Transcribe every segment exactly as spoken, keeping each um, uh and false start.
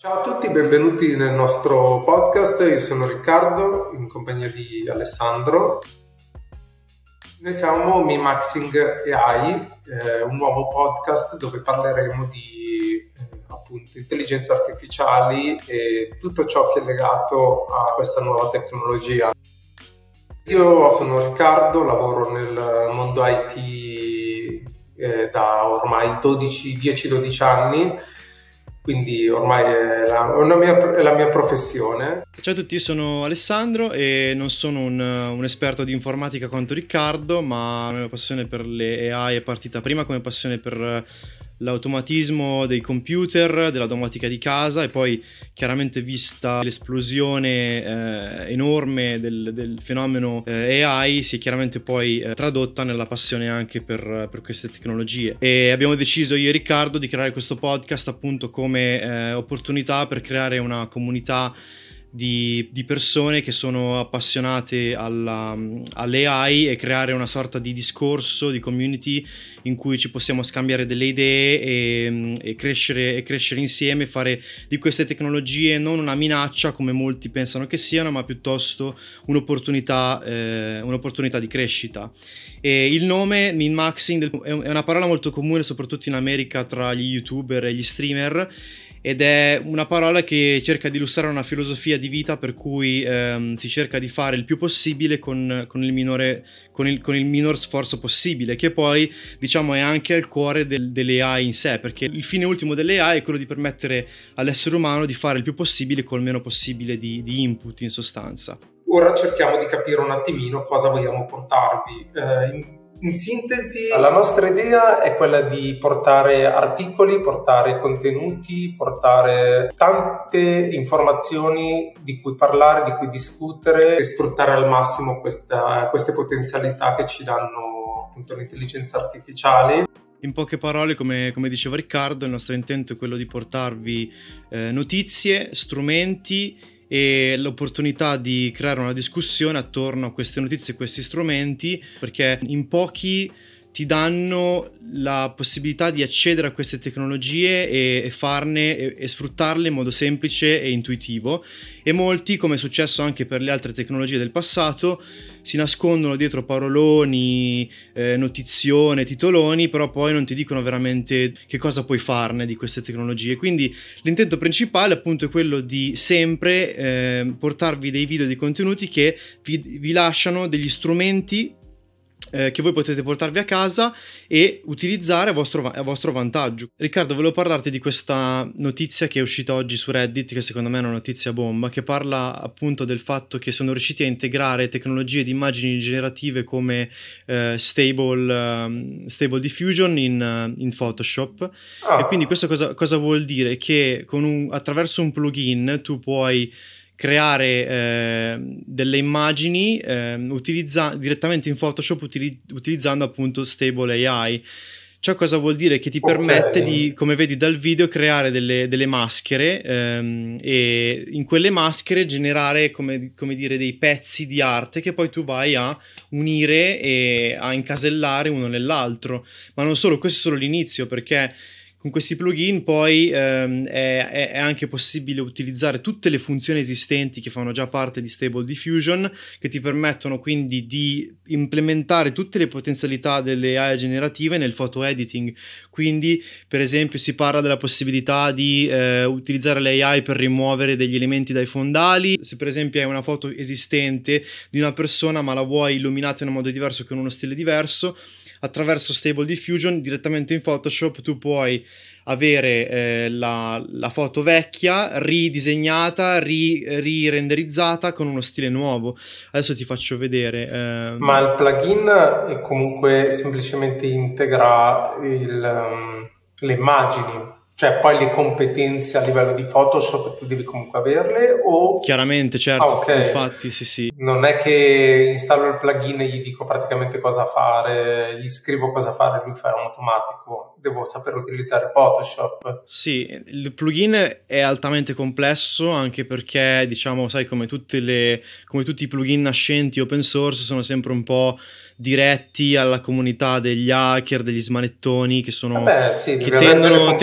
Ciao a tutti, benvenuti nel nostro podcast. Io sono Riccardo, in compagnia di Alessandro. Noi siamo Mimaxing A I, eh, un nuovo podcast dove parleremo di eh, appunto intelligenza artificiali e tutto ciò che è legato a questa nuova tecnologia. Io sono Riccardo, lavoro nel mondo I T eh, da ormai dieci dodici anni. Quindi ormai è la, è, una mia, è la mia professione. Ciao a tutti, io sono Alessandro e non sono un, un esperto di informatica quanto Riccardo, ma la mia passione per le A I è partita prima come passione per l'automatismo dei computer, della domotica di casa, e poi chiaramente vista l'esplosione eh, enorme del, del fenomeno eh, A I si è chiaramente poi eh, tradotta nella passione anche per, per queste tecnologie, e abbiamo deciso io e Riccardo di creare questo podcast appunto come eh, opportunità per creare una comunità Di, di persone che sono appassionate alla, alle A I e creare una sorta di discorso, di community in cui ci possiamo scambiare delle idee e, e, crescere, e crescere insieme, fare di queste tecnologie non una minaccia come molti pensano che siano, ma piuttosto un'opportunità, eh, un'opportunità di crescita. E il nome min-maxing è una parola molto comune soprattutto in America tra gli youtuber e gli streamer, ed è una parola che cerca di illustrare una filosofia di vita per cui ehm, si cerca di fare il più possibile con, con, il minore, con, il, con il minor sforzo possibile, che poi diciamo è anche al cuore del, delle A I in sé, perché il fine ultimo delle A I è quello di permettere all'essere umano di fare il più possibile col meno possibile di, di input, in sostanza. Ora cerchiamo di capire un attimino cosa vogliamo portarvi. Eh, in In sintesi, la nostra idea è quella di portare articoli, portare contenuti, portare tante informazioni di cui parlare, di cui discutere e sfruttare al massimo questa, queste potenzialità che ci danno appunto le intelligenze artificiali. In poche parole, come, come diceva Riccardo, il nostro intento è quello di portarvi eh, notizie, strumenti e l'opportunità di creare una discussione attorno a queste notizie e questi strumenti, perché in pochi ti danno la possibilità di accedere a queste tecnologie e, e farne e, e sfruttarle in modo semplice e intuitivo, e molti, come è successo anche per le altre tecnologie del passato, si nascondono dietro paroloni, eh, notizione, titoloni, però poi non ti dicono veramente che cosa puoi farne di queste tecnologie. Quindi l'intento principale appunto è quello di sempre eh, portarvi dei video, dei contenuti che vi, vi lasciano degli strumenti Eh, che voi potete portarvi a casa e utilizzare a vostro, a vostro vantaggio. Riccardo, volevo parlarti di questa notizia che è uscita oggi su Reddit, che secondo me è una notizia bomba, che parla appunto del fatto che sono riusciti a integrare tecnologie di immagini generative come eh, Stable, um, Stable Diffusion in, uh, in Photoshop. Ah. E quindi questo cosa, cosa vuol dire? Che con un, attraverso un plugin tu puoi creare eh, delle immagini eh, utilizza- direttamente in Photoshop utili- utilizzando appunto Stable A I. Ciò cosa vuol dire? Che ti okay. permette di, come vedi dal video, creare delle, delle maschere ehm, e in quelle maschere generare come, come dire dei pezzi di arte che poi tu vai a unire e a incasellare uno nell'altro. Ma non solo, questo è solo l'inizio, perché con questi plugin poi ehm, è, è anche possibile utilizzare tutte le funzioni esistenti che fanno già parte di Stable Diffusion, che ti permettono quindi di implementare tutte le potenzialità delle A I generative nel photo editing. Quindi per esempio si parla della possibilità di eh, utilizzare le A I per rimuovere degli elementi dai fondali. Se per esempio hai una foto esistente di una persona ma la vuoi illuminata in un modo diverso, con uno stile diverso, attraverso Stable Diffusion direttamente in Photoshop tu puoi avere eh, la, la foto vecchia ridisegnata, ri, ri-renderizzata con uno stile nuovo. Adesso ti faccio vedere. Ehm... Ma il plugin comunque semplicemente integra il, um, le immagini, cioè poi le competenze a livello di Photoshop tu devi comunque averle o... Chiaramente, certo, ah, okay. Infatti sì sì. Non è che installo il plugin e gli dico praticamente cosa fare, gli scrivo cosa fare e lui fa in automatico, devo saper utilizzare Photoshop. Sì, il plugin è altamente complesso, anche perché diciamo, sai, come tutte le come tutti i plugin nascenti open source sono sempre un po' diretti alla comunità degli hacker, degli smanettoni che sono Vabbè, sì, che tendono, tendono a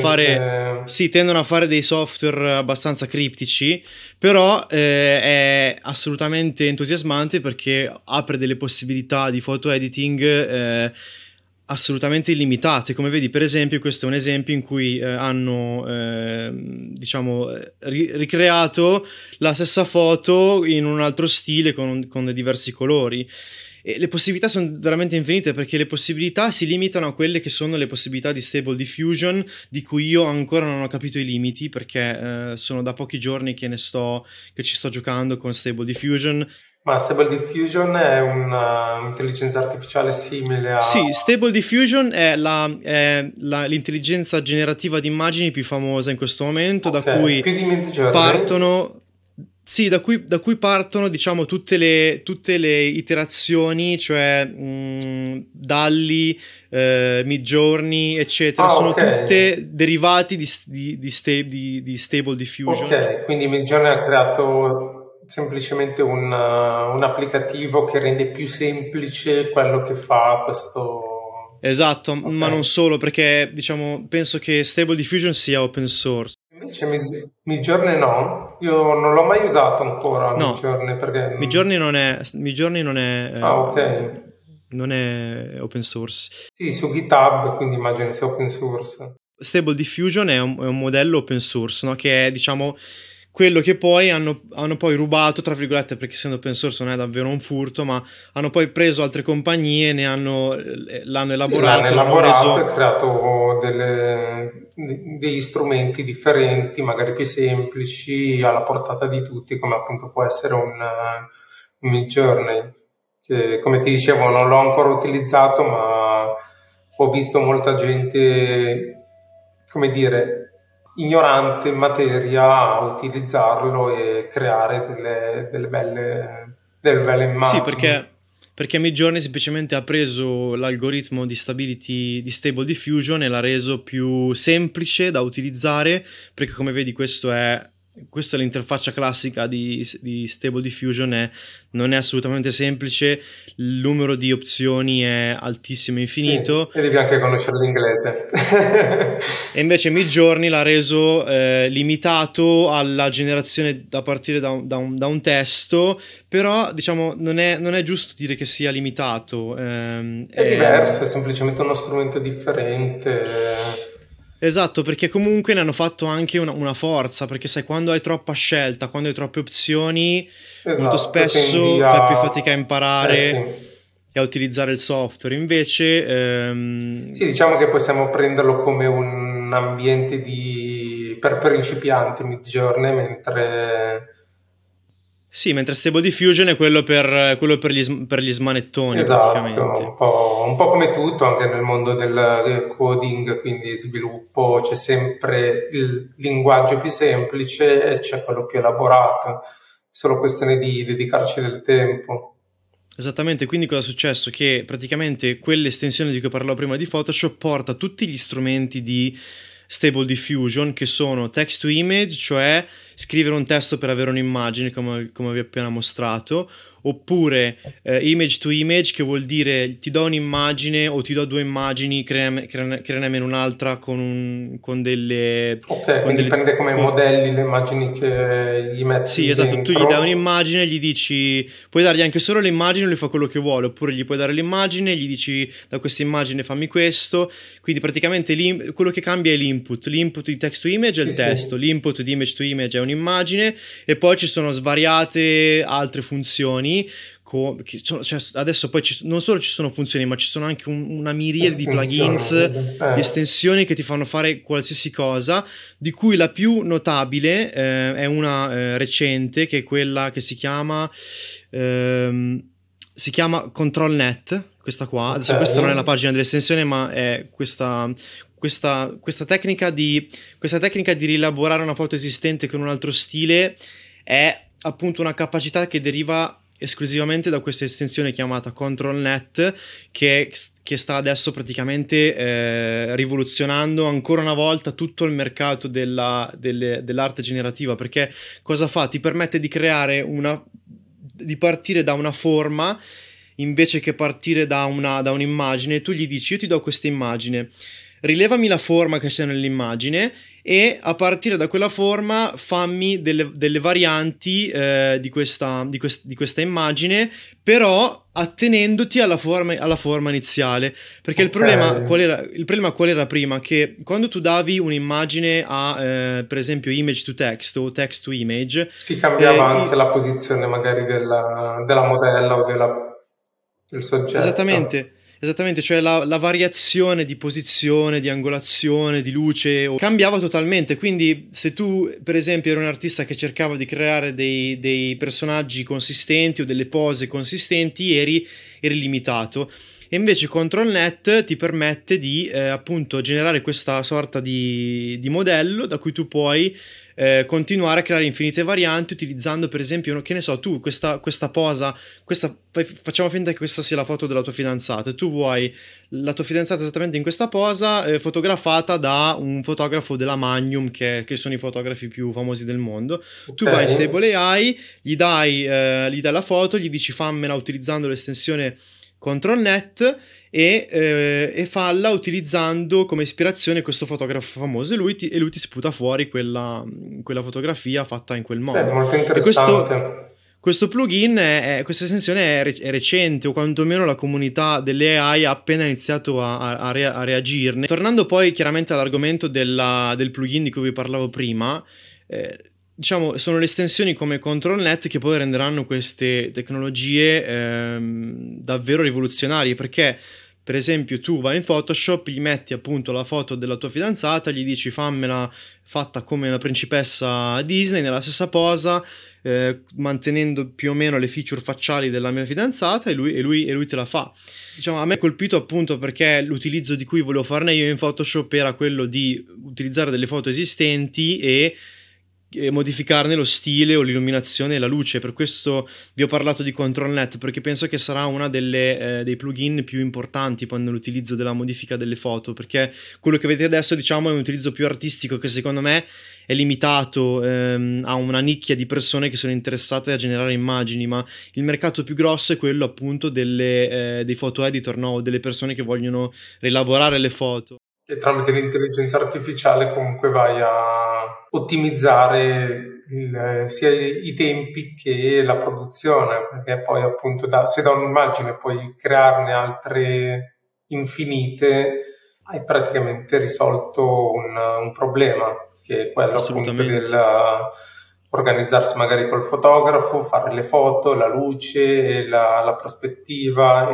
fare, sì, tendono a fare dei software abbastanza criptici, però eh, è assolutamente entusiasmante perché apre delle possibilità di photo editing eh, assolutamente illimitate. Come vedi, per esempio, questo è un esempio in cui eh, hanno eh, diciamo ri- ricreato la stessa foto in un altro stile con, con dei diversi colori. E le possibilità sono veramente infinite, perché le possibilità si limitano a quelle che sono le possibilità di Stable Diffusion, di cui io ancora non ho capito i limiti, perché eh, sono da pochi giorni che ne sto che ci sto giocando con Stable Diffusion. Ma Stable Diffusion è un'intelligenza artificiale simile a... Sì, Stable Diffusion è, la, è la, l'intelligenza generativa di immagini più famosa in questo momento, okay, da cui più di Midjourney. partono... Sì, da cui, da cui partono, diciamo, tutte le, tutte le iterazioni, cioè mh, Dalli, eh, Midjourney, eccetera. Ah, Sono okay. tutte derivati di, di, di, sta, di, di Stable Diffusion. Ok, quindi Midjourney ha creato semplicemente un, uh, un applicativo che rende più semplice quello che fa questo... Esatto, okay. Ma non solo, perché, diciamo, penso che Stable Diffusion sia open source. Invece Mid- Midjourney no, io non l'ho mai usato ancora No, Midjourney perché... Midjourney non è, Midjourney non è, Ah, ok. eh, non è open source. Sì, su GitHub, quindi immagino sia open source. Stable Diffusion è un, è un modello open source, no? Che è, diciamo, quello che poi hanno, hanno poi rubato, tra virgolette, perché essendo open source non è davvero un furto, ma hanno poi preso altre compagnie, ne hanno, l'hanno elaborato, sì, l'hanno l'hanno elaborato reso... e creato delle, degli strumenti differenti, magari più semplici, alla portata di tutti, come appunto può essere un, un Midjourney, che come ti dicevo non l'ho ancora utilizzato, ma ho visto molta gente, come dire, ignorante in materia a utilizzarlo e creare delle, delle belle, delle belle immagini. Sì, perché... Perché Midjourney semplicemente ha preso l'algoritmo di stability di Stable Diffusion e l'ha reso più semplice da utilizzare, perché come vedi questo è, questa è l'interfaccia classica di, di Stable Diffusion, è, non è assolutamente semplice, il numero di opzioni è altissimo, infinito. Sì, e devi anche conoscere l'inglese. E invece Midjourney l'ha reso eh, limitato alla generazione a partire da un, da, un, da un testo, però diciamo non è, non è giusto dire che sia limitato. Ehm, è, è diverso, è semplicemente uno strumento differente. Esatto, perché comunque ne hanno fatto anche una, una forza, perché sai, quando hai troppa scelta, quando hai troppe opzioni, esatto, molto spesso a... fai più fatica a imparare eh sì. e a utilizzare il software. Invece... Ehm... Sì, diciamo che possiamo prenderlo come un ambiente di... per principianti Midjourney, mentre... Sì, mentre Stable Diffusion è quello per, quello per, gli, per gli smanettoni, esatto, praticamente. Un po', un po' come tutto, anche nel mondo del coding, quindi sviluppo, c'è sempre il linguaggio più semplice e c'è quello più elaborato. È solo questione di dedicarci del tempo. Esattamente, quindi cosa è successo? Che praticamente quell'estensione di cui parlavo prima di Photoshop porta tutti gli strumenti di Stable Diffusion, che sono text to image, cioè scrivere un testo per avere un'immagine, come, come vi ho appena mostrato, oppure eh, image to image, che vuol dire ti do un'immagine o ti do due immagini, creane, creane, creane un'altra con, un, con delle... Ok, con quindi delle, prende come con... modelli le immagini che gli metti Sì, esatto, dentro. Tu gli dai un'immagine, gli dici, puoi dargli anche solo l'immagine, lui fa quello che vuole, oppure gli puoi dare l'immagine, gli dici da questa immagine fammi questo, quindi praticamente quello che cambia è l'input, l'input di text to image è il sì, testo, sì. L'input di image to image è un'immagine e poi ci sono svariate altre funzioni. Che sono, cioè adesso poi ci, non solo ci sono funzioni, ma ci sono anche un, una miriade di plugins, eh. di estensioni che ti fanno fare qualsiasi cosa, di cui la più notabile eh, è una eh, recente, che è quella che si chiama ehm, si chiama ControlNet, questa qua. Okay. Adesso questa non è la pagina dell'estensione, ma è questa questa, questa tecnica di questa tecnica di rielaborare una foto esistente con un altro stile. È appunto una capacità che deriva esclusivamente da questa estensione chiamata ControlNet, che, che sta adesso praticamente eh, rivoluzionando ancora una volta tutto il mercato della, delle, dell'arte generativa, perché cosa fa? Ti permette di creare una di partire da una forma invece che partire da, una, da un'immagine. Tu gli dici io ti do questa immagine, rilevami la forma che c'è nell'immagine e a partire da quella forma fammi delle, delle varianti eh, di, questa, di, quest, di questa immagine, però attenendoti alla forma, alla forma iniziale, perché okay. il, problema qual era, il problema qual era prima? Che quando tu davi un'immagine a eh, per esempio image to text o text to image, ti cambiava eh, anche i... la posizione magari della, della modella o della, del soggetto. Esattamente. Esattamente, cioè la, la variazione di posizione, di angolazione, di luce cambiava totalmente, quindi se tu per esempio eri un artista che cercava di creare dei, dei personaggi consistenti o delle pose consistenti, eri, eri limitato. E invece ControlNet ti permette di eh, appunto generare questa sorta di, di modello da cui tu puoi eh, continuare a creare infinite varianti utilizzando per esempio, che ne so, tu questa, questa posa, questa, facciamo finta che questa sia la foto della tua fidanzata, tu vuoi la tua fidanzata esattamente in questa posa eh, fotografata da un fotografo della Magnum che, che sono i fotografi più famosi del mondo. Okay. Tu vai in Stable A I, gli dai, eh, gli dai la foto, gli dici fammela utilizzando l'estensione ControlNet e, eh, e falla utilizzando come ispirazione questo fotografo famoso e lui ti, e lui ti sputa fuori quella, quella fotografia fatta in quel modo. È molto interessante. E questo, questo plugin, è, è, questa estensione è, re, è recente, o quantomeno la comunità delle A I ha appena iniziato a, a, a, rea, a reagirne. Tornando poi chiaramente all'argomento della, del plugin di cui vi parlavo prima, eh, diciamo sono le estensioni come ControlNet che poi renderanno queste tecnologie ehm, davvero rivoluzionarie, perché per esempio tu vai in Photoshop, gli metti appunto la foto della tua fidanzata, gli dici fammela fatta come una principessa Disney nella stessa posa, eh, mantenendo più o meno le feature facciali della mia fidanzata, e lui, e lui, e lui te la fa. Diciamo, a me è colpito appunto perché l'utilizzo di cui volevo farne io in Photoshop era quello di utilizzare delle foto esistenti e modificarne lo stile o l'illuminazione e la luce. Per questo vi ho parlato di ControlNet, perché penso che sarà una delle eh, dei plugin più importanti poi nell'utilizzo della modifica delle foto, perché quello che vedete adesso diciamo è un utilizzo più artistico che secondo me è limitato ehm, a una nicchia di persone che sono interessate a generare immagini, ma il mercato più grosso è quello appunto delle, eh, dei photo editor, no? Delle persone che vogliono rielaborare le foto. E tramite l'intelligenza artificiale comunque vai a ottimizzare il, sia i tempi che la produzione, perché poi appunto da, se da un'immagine puoi crearne altre infinite, hai praticamente risolto un, un problema, che è quello appunto del organizzarsi magari col fotografo, fare le foto, la luce, la, la prospettiva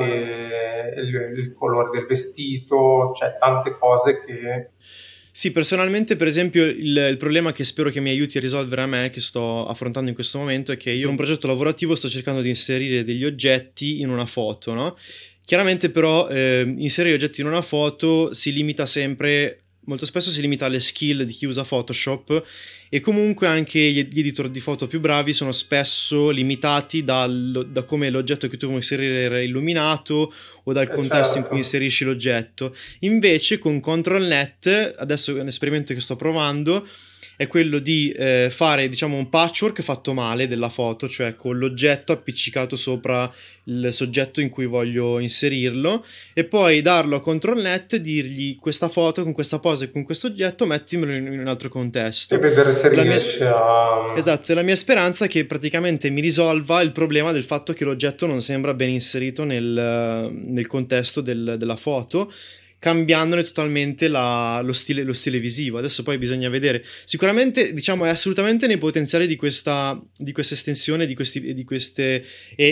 e il, il colore del vestito, cioè tante cose che... Sì, personalmente per esempio il, il problema che spero che mi aiuti a risolvere a me, che sto affrontando in questo momento, è che io in un progetto lavorativo sto cercando di inserire degli oggetti in una foto, no? Chiaramente però eh, inserire oggetti in una foto si limita sempre... molto spesso si limita alle skill di chi usa Photoshop, e comunque anche gli editor di foto più bravi sono spesso limitati dal, da come l'oggetto che tu vuoi inserire era illuminato o dal eh contesto certo. in cui inserisci l'oggetto. Invece con ControlNet, adesso è un esperimento che sto provando, è quello di eh, fare diciamo un patchwork fatto male della foto, cioè con l'oggetto appiccicato sopra il soggetto in cui voglio inserirlo, e poi darlo a ControlNet, dirgli questa foto con questa pose e con questo oggetto mettimelo in, in un altro contesto e vedere se la riesce mia... a... Esatto, è la mia speranza che praticamente mi risolva il problema del fatto che l'oggetto non sembra ben inserito nel, nel contesto del, della foto, cambiandone totalmente la, lo, stile, lo stile visivo. Adesso poi bisogna vedere. Sicuramente, diciamo, è assolutamente nei potenziali di questa, di questa estensione, di, questi, di queste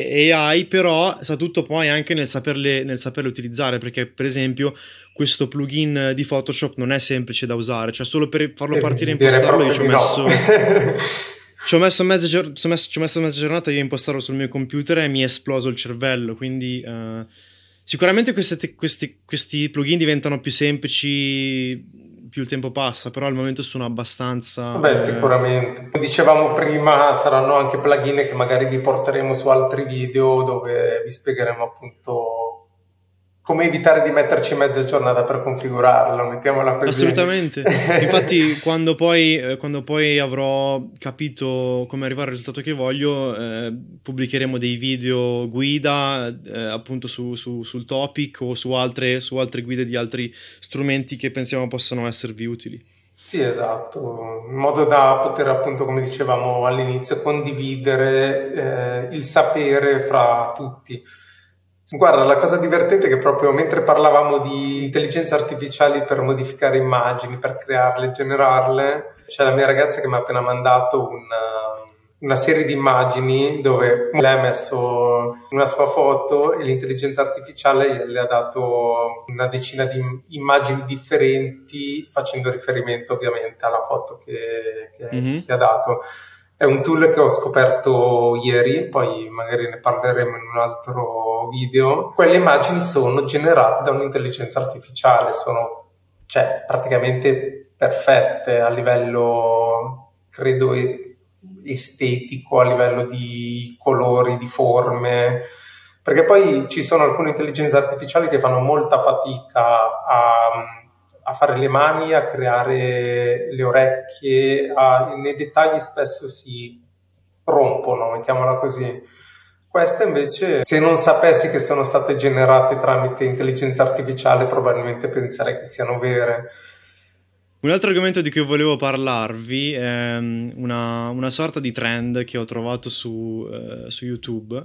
A I, però sta tutto poi anche nel saperle, nel saperle utilizzare, perché per esempio questo plugin di Photoshop non è semplice da usare, cioè solo per farlo e partire e impostarlo io ci ho messo... No. Ci ho messo mezza gior- ci ho messo, ci ho messo mezza giornata io a impostarlo sul mio computer e mi è esploso il cervello, quindi... Uh, Sicuramente queste te- questi, questi plugin diventano più semplici più il tempo passa, però al momento sono abbastanza... Beh, eh... sicuramente. Come dicevamo prima, saranno anche plugin che magari vi porteremo su altri video dove vi spiegheremo appunto come evitare di metterci mezza giornata per configurarlo, mettiamola così. Assolutamente. Infatti quando poi, eh, quando poi avrò capito come arrivare al risultato che voglio, eh, pubblicheremo dei video guida eh, appunto su, su, sul topic o su altre, su altre guide di altri strumenti che pensiamo possano esservi utili. Sì, esatto, in modo da poter, appunto, come dicevamo all'inizio, condividere eh, il sapere fra tutti. Guarda, la cosa divertente è che proprio mentre parlavamo di intelligenze artificiali per modificare immagini, per crearle, generarle, c'è la mia ragazza che mi ha appena mandato una, una serie di immagini dove lei ha messo una sua foto e l'intelligenza artificiale le ha dato una decina di immagini differenti, facendo riferimento ovviamente alla foto che, che, mm-hmm. che ha dato. È un tool che ho scoperto ieri, poi magari ne parleremo in un altro video. Quelle immagini sono generate da un'intelligenza artificiale, sono cioè praticamente perfette a livello, credo, estetico, a livello di colori, di forme, perché poi ci sono alcune intelligenze artificiali che fanno molta fatica a a fare le mani, a creare le orecchie, a, nei dettagli spesso si rompono, mettiamola così. Queste invece, se non sapessi che sono state generate tramite intelligenza artificiale, probabilmente penserei che siano vere. Un altro argomento di cui volevo parlarvi è una, una sorta di trend che ho trovato su, eh, su YouTube,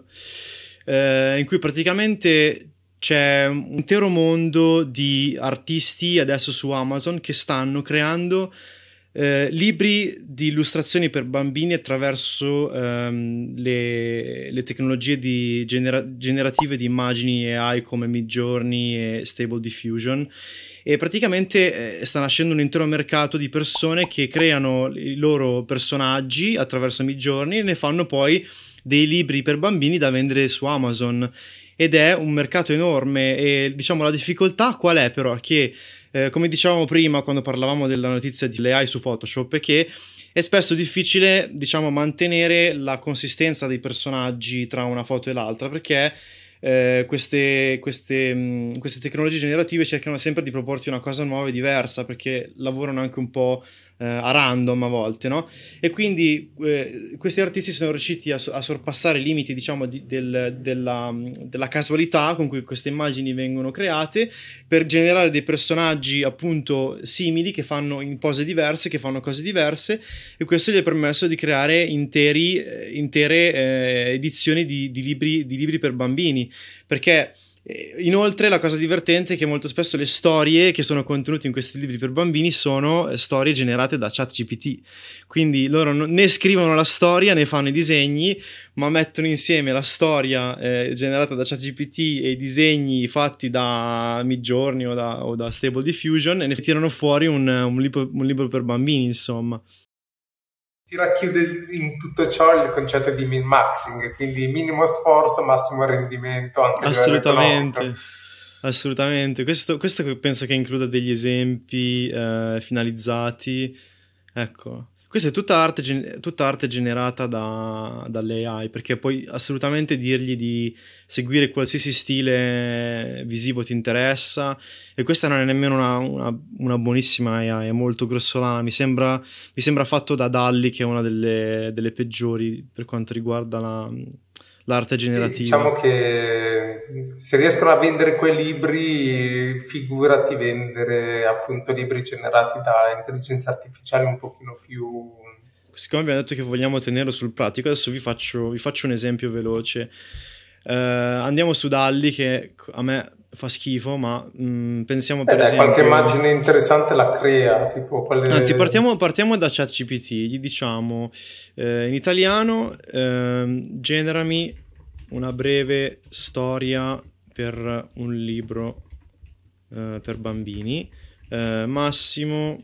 eh, in cui praticamente c'è un intero mondo di artisti adesso su Amazon che stanno creando eh, libri di illustrazioni per bambini attraverso ehm, le, le tecnologie di genera- generative di immagini A I come Midjourney e Stable Diffusion, e praticamente eh, sta nascendo un intero mercato di persone che creano i loro personaggi attraverso Midjourney e ne fanno poi dei libri per bambini da vendere su Amazon. Ed è un mercato enorme, e diciamo la difficoltà qual è però? Che eh, come dicevamo prima quando parlavamo della notizia delle A I su Photoshop, è che è spesso difficile, diciamo, mantenere la consistenza dei personaggi tra una foto e l'altra, perché eh, queste, queste, mh, queste tecnologie generative cercano sempre di proporti una cosa nuova e diversa, perché lavorano anche un po' eh, a random a volte, no? E quindi eh, questi artisti sono riusciti a, a sorpassare i limiti, diciamo, di, del, della, della casualità con cui queste immagini vengono create, per generare dei personaggi appunto simili, che fanno in pose diverse, che fanno cose diverse, e questo gli ha permesso di creare interi, eh, intere eh, edizioni di, di, libri, di libri per bambini, perché inoltre la cosa divertente è che molto spesso le storie che sono contenute in questi libri per bambini sono storie generate da ChatGPT, quindi loro né scrivono la storia né fanno i disegni, ma mettono insieme la storia eh, generata da ChatGPT e i disegni fatti da Midjourney o da, o da Stable Diffusion, e ne tirano fuori un, un, libro, un libro per bambini, insomma. Si racchiude in tutto ciò il concetto di min-maxing, quindi minimo sforzo, massimo rendimento anche a livello economico. Assolutamente, questo, questo penso che includa degli esempi eh, finalizzati, ecco. Questa è tutta arte, tutta arte generata da, dalle A I, perché puoi assolutamente dirgli di seguire qualsiasi stile visivo ti interessa, e questa non è nemmeno una, una, una buonissima A I, è molto grossolana, mi sembra, mi sembra fatto da DALL-E, che è una delle, delle peggiori per quanto riguarda la, l'arte generativa. Sì, diciamo che se riescono a vendere quei libri, figurati vendere appunto libri generati da intelligenza artificiale un pochino più... Siccome abbiamo detto che vogliamo tenerlo sul pratico, adesso vi faccio, vi faccio un esempio veloce. Uh, andiamo su DALL-E, che a me fa schifo, ma mh, pensiamo per Beh, esempio... qualche immagine interessante la crea, tipo quelle... Anzi, partiamo, partiamo da ChatGPT, gli diciamo eh, in italiano eh, generami una breve storia per un libro eh, per bambini, eh, massimo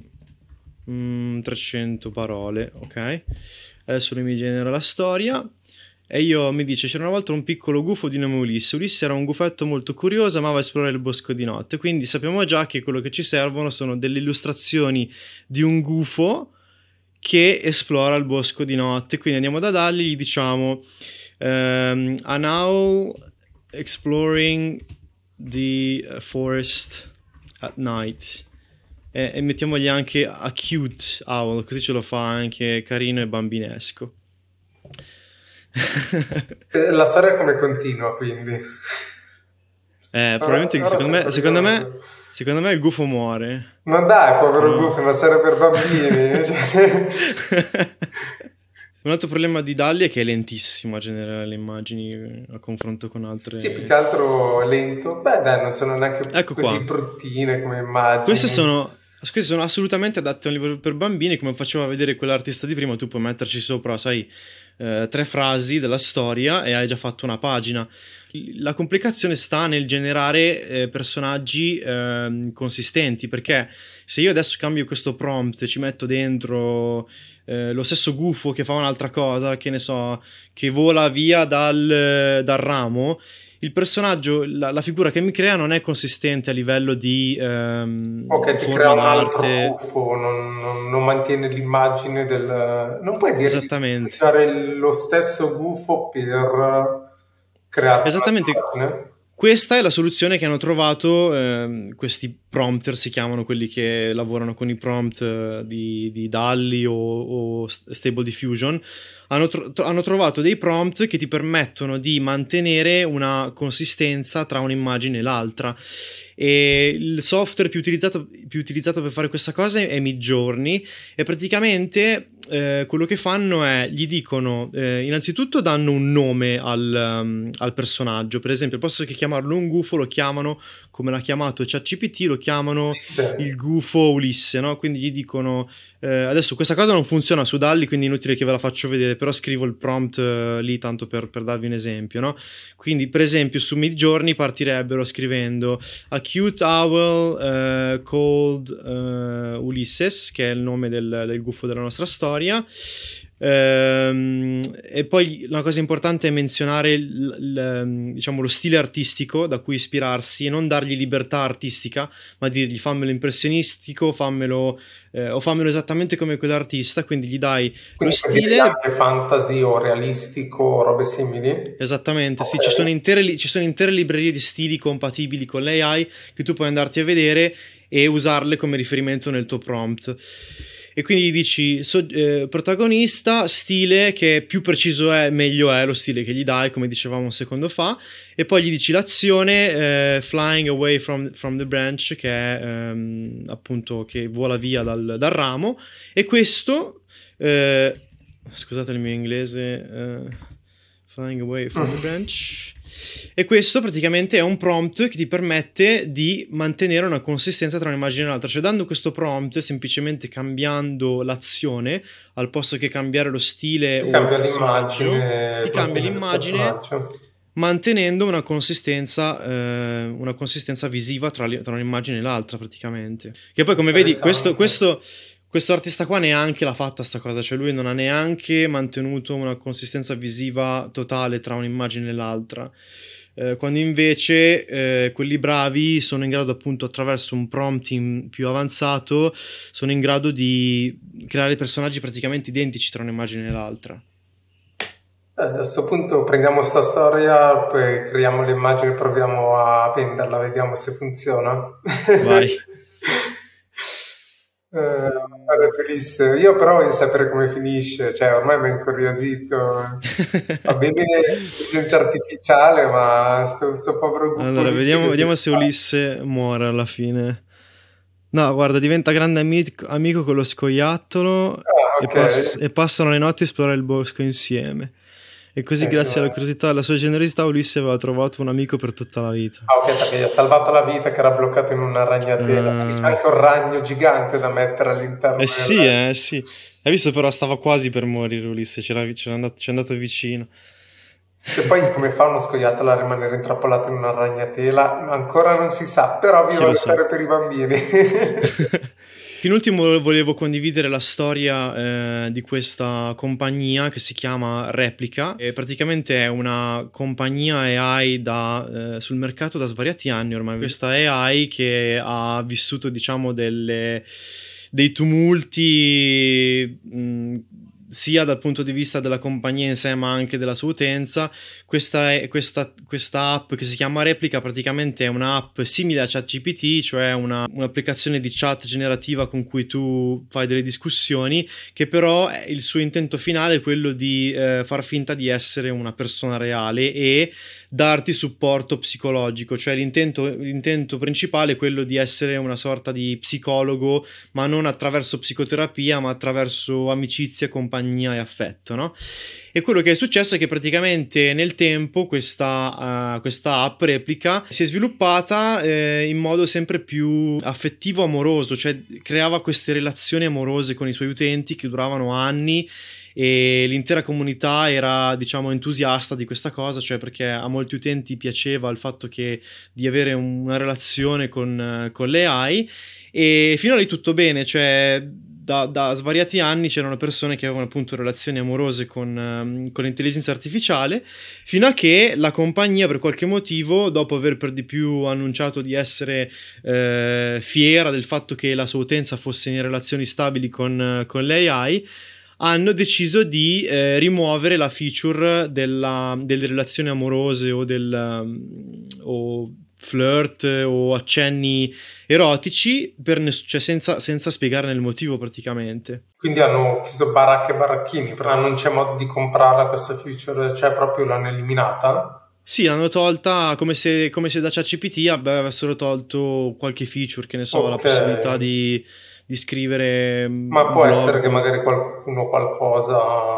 mh, trecento parole, ok? Adesso lui mi genera la storia e io mi dice: c'era una volta un piccolo gufo di nome Ulisse. Ulisse era un gufetto molto curioso, amava esplorare il bosco di notte. Quindi sappiamo già che quello che ci servono sono delle illustrazioni di un gufo che esplora il bosco di notte. Quindi andiamo da DALL-E, gli diciamo um, an owl exploring the forest at night. E, e mettiamogli anche a cute owl, così ce lo fa anche carino e bambinesco. La storia come continua, quindi? Eh, probabilmente ora, ora secondo, me, secondo, me, secondo me il gufo muore. Ma dai, povero no. Gufo, è una storia per bambini. Cioè... Un altro problema di Dalli è che è lentissimo a generare le immagini a confronto con altre. Sì, più che altro lento. Beh, dai, non sono neanche ecco così qua. bruttine come immagini. Queste sono, queste sono assolutamente adatte a un libro per bambini, come faceva vedere quell'artista di prima. Tu puoi metterci sopra, sai, eh, tre frasi della storia e hai già fatto una pagina. La complicazione sta nel generare eh, personaggi eh, consistenti, perché se io adesso cambio questo prompt e ci metto dentro eh, lo stesso gufo che fa un'altra cosa, che ne so, che vola via dal, dal ramo, il personaggio, la, la figura che mi crea non è consistente a livello di ehm, ok, ti crea un altro gufo, non, non, non mantiene l'immagine del... Non puoi dire esattamente. utilizzare lo stesso gufo per creare esattamente. Questa è la soluzione che hanno trovato eh, questi prompter, si chiamano quelli che lavorano con i prompt eh, di, di Dalli o, o Stable Diffusion. Hanno, tro- hanno trovato dei prompt che ti permettono di mantenere una consistenza tra un'immagine e l'altra. E il software più utilizzato, più utilizzato per fare questa cosa è Midjourney, e praticamente eh, quello che fanno è gli dicono eh, innanzitutto danno un nome al, um, al personaggio. Per esempio, al posto che chiamarlo un gufo lo chiamano, come l'ha chiamato ChatGPT, lo chiamano Ulisse. Il gufo Ulisse, no? Quindi gli dicono eh, adesso questa cosa non funziona su Dalli, quindi è inutile che ve la faccio vedere, però scrivo il prompt eh, lì tanto per, per darvi un esempio, no? Quindi per esempio su Midjourney partirebbero scrivendo a cute owl uh, called uh, Ulysses, che è il nome del, del gufo della nostra storia. Ehm, e poi una cosa importante è menzionare il, il, diciamo, lo stile artistico da cui ispirarsi, e non dargli libertà artistica, ma dirgli fammelo impressionistico, fammelo eh, o fammelo esattamente come quell'artista. Quindi gli dai quindi lo stile anche fantasy o realistico o robe simili. Esattamente, okay. Sì, ci sono, intere, ci sono intere librerie di stili compatibili con l'A I che tu puoi andarti a vedere e usarle come riferimento nel tuo prompt. E quindi dici so, eh, protagonista, stile, che più preciso è meglio è lo stile che gli dai, come dicevamo un secondo fa, e poi gli dici l'azione eh, flying away from, from the branch, che è ehm, appunto che vola via dal, dal ramo. E questo eh, scusate il mio inglese eh, flying away from the branch. E questo praticamente è un prompt che ti permette di mantenere una consistenza tra un'immagine e l'altra. Cioè, dando questo prompt, semplicemente cambiando l'azione al posto che cambiare lo stile, ti o cambia il personaggio, l'immagine, ti cambia l'immagine mantenendo una consistenza eh, una consistenza visiva tra, tra un'immagine e l'altra, praticamente. Che poi, come vedi, questo questo Questo artista qua neanche l'ha fatta sta cosa, cioè lui non ha neanche mantenuto una consistenza visiva totale tra un'immagine e l'altra, eh, quando invece eh, quelli bravi sono in grado, appunto, attraverso un prompting più avanzato, sono in grado di creare personaggi praticamente identici tra un'immagine e l'altra. Eh, a questo punto prendiamo sta storia, poi creiamo l'immagine, proviamo a venderla, vediamo se funziona. Vai. Uh, bellissimo. Io però voglio sapere come finisce, cioè ormai mi è incuriosito. Va bene l'intelligenza artificiale, ma sto, sto povero gufo. Allora, vediamo, vediamo se Ulisse muore alla fine. No, guarda, diventa grande amico, amico con lo scoiattolo ah, okay. e, pass- e passano le notti a esplorare il bosco insieme. E così, ecco, grazie alla curiosità e alla sua generosità, Ulisse aveva trovato un amico per tutta la vita. Ah, ok, perché gli ha salvato la vita, che era bloccato in una ragnatela. Uh... C'è anche un ragno gigante da mettere all'interno. Eh sì, della... eh sì. Hai visto, però stava quasi per morire Ulisse, c'era, c'era andato, c'è andato vicino. E poi come fa uno scoiattolo a rimanere intrappolato in una ragnatela? Ancora non si sa, però viva le storie per i bambini. In ultimo volevo condividere la storia eh, di questa compagnia che si chiama Replica, e praticamente è una compagnia A I da, eh, sul mercato da svariati anni ormai. Questa A I che ha vissuto, diciamo, delle, dei tumulti mh, sia dal punto di vista della compagnia in sé ma anche della sua utenza. Questa, è, questa, questa app che si chiama Replica praticamente è un'app simile a ChatGPT, cioè una, un'applicazione di chat generativa con cui tu fai delle discussioni, che però è, il suo intento finale è quello di eh, far finta di essere una persona reale e darti supporto psicologico, cioè l'intento, l'intento principale è quello di essere una sorta di psicologo, ma non attraverso psicoterapia ma attraverso amicizia, compagnia e affetto, no? E quello che è successo è che praticamente nel tempo questa, uh, questa app Replica si è sviluppata eh, in modo sempre più affettivo, amoroso, cioè creava queste relazioni amorose con i suoi utenti che duravano anni, e l'intera comunità era, diciamo, entusiasta di questa cosa, cioè perché a molti utenti piaceva il fatto che di avere una relazione con, con le A I, e fino a lì tutto bene, cioè Da, da svariati anni c'erano persone che avevano appunto relazioni amorose con, um, con l'intelligenza artificiale, fino a che la compagnia per qualche motivo, dopo aver per di più annunciato di essere eh, fiera del fatto che la sua utenza fosse in relazioni stabili con, con le A I, hanno deciso di eh, rimuovere la feature della, delle relazioni amorose o del um, o flirt o accenni erotici, per ness- cioè senza, senza spiegarne il motivo praticamente. Quindi hanno chiuso baracche e baracchini, però non c'è modo di comprarla questa feature, cioè proprio l'hanno eliminata? Sì, l'hanno tolta come se, come se da ChatGPT avessero tolto qualche feature, che ne so, Okay. la possibilità di, di scrivere Ma può blog. essere che magari qualcuno qualcosa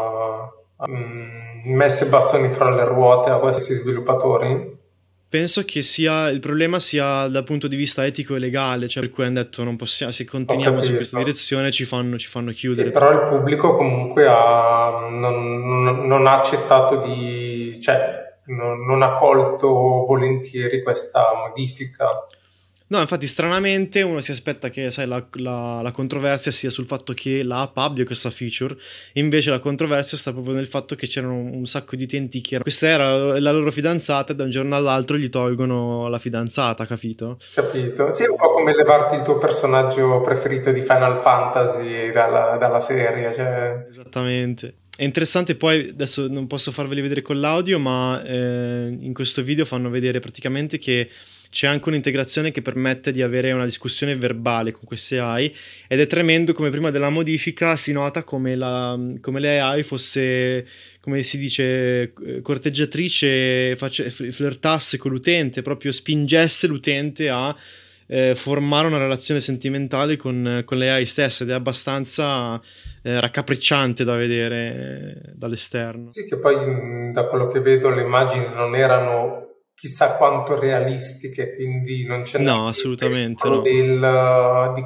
mh, messe bastoni fra le ruote a questi sviluppatori? Penso che sia il problema sia dal punto di vista etico e legale, cioè per cui hanno detto non possiamo, se continuiamo su questa direzione ci fanno, ci fanno chiudere. Sì, però il pubblico comunque ha, non, non, non ha accettato di, cioè non, non ha colto volentieri questa modifica. No, infatti stranamente uno si aspetta che, sai, la, la, la controversia sia sul fatto che l'app abbia questa feature, invece la controversia sta proprio nel fatto che c'erano un sacco di utenti che erano, questa era la loro fidanzata e da un giorno all'altro gli tolgono la fidanzata, capito? Capito? Sì, è un po' come levarti il tuo personaggio preferito di Final Fantasy dalla, dalla serie, cioè... Esattamente. È interessante, poi adesso non posso farveli vedere con l'audio, ma eh, in questo video fanno vedere praticamente che c'è anche un'integrazione che permette di avere una discussione verbale con queste A I, ed è tremendo come prima della modifica si nota come, la, come le A I fosse, come si dice, corteggiatrice, face, flirtasse con l'utente, proprio spingesse l'utente a eh, formare una relazione sentimentale con, con le A I stesse, ed è abbastanza eh, raccapricciante da vedere eh, dall'esterno. Sì, che poi da quello che vedo le immagini non erano chissà quanto realistiche, quindi non c'è no, assolutamente no. del, di,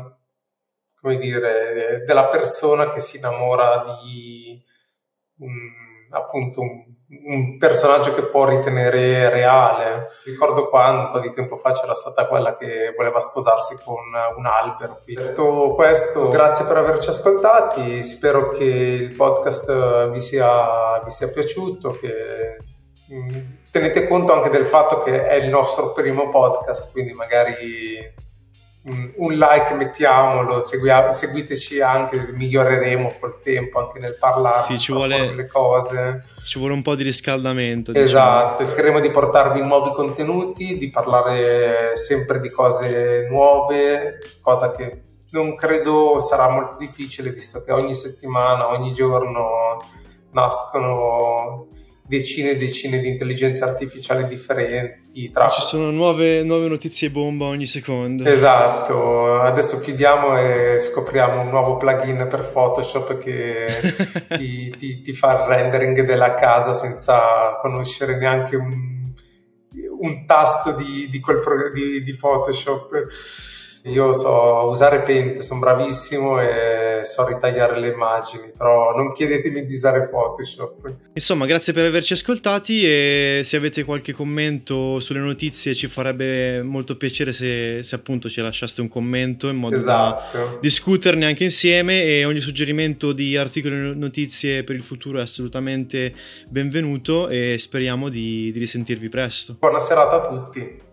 come dire, della persona che si innamora di un, appunto un, un personaggio che può ritenere reale. Ricordo quando un po' di tempo fa c'era stata quella che voleva sposarsi con un albero. Detto questo, grazie per averci ascoltati, spero che il podcast vi sia, vi sia piaciuto, che tenete conto anche del fatto che è il nostro primo podcast, quindi magari un, un like mettiamolo, segui- seguiteci anche, miglioreremo col tempo anche nel parlare, sì, ci vuole, le cose. Ci vuole un po' di riscaldamento. Esatto, diciamo. cercheremo di portarvi nuovi contenuti, di parlare sempre di cose nuove, cosa che non credo sarà molto difficile, visto che ogni settimana, ogni giorno nascono decine e decine di intelligenze artificiali differenti. Tra... Ci sono nuove, nuove notizie bomba ogni secondo. Esatto, adesso chiudiamo e scopriamo un nuovo plugin per Photoshop che ti, ti, ti fa il rendering della casa senza conoscere neanche un, un tasto di, di, quel pro, di, di Photoshop. Io so usare Paint, sono bravissimo e so ritagliare le immagini, però non chiedetemi di usare Photoshop. Insomma, grazie per averci ascoltati, e se avete qualche commento sulle notizie ci farebbe molto piacere se, se appunto ci lasciaste un commento in modo esatto. da discuterne anche insieme, e ogni suggerimento di articoli e notizie per il futuro è assolutamente benvenuto, e speriamo di, di risentirvi presto. Buona serata a tutti.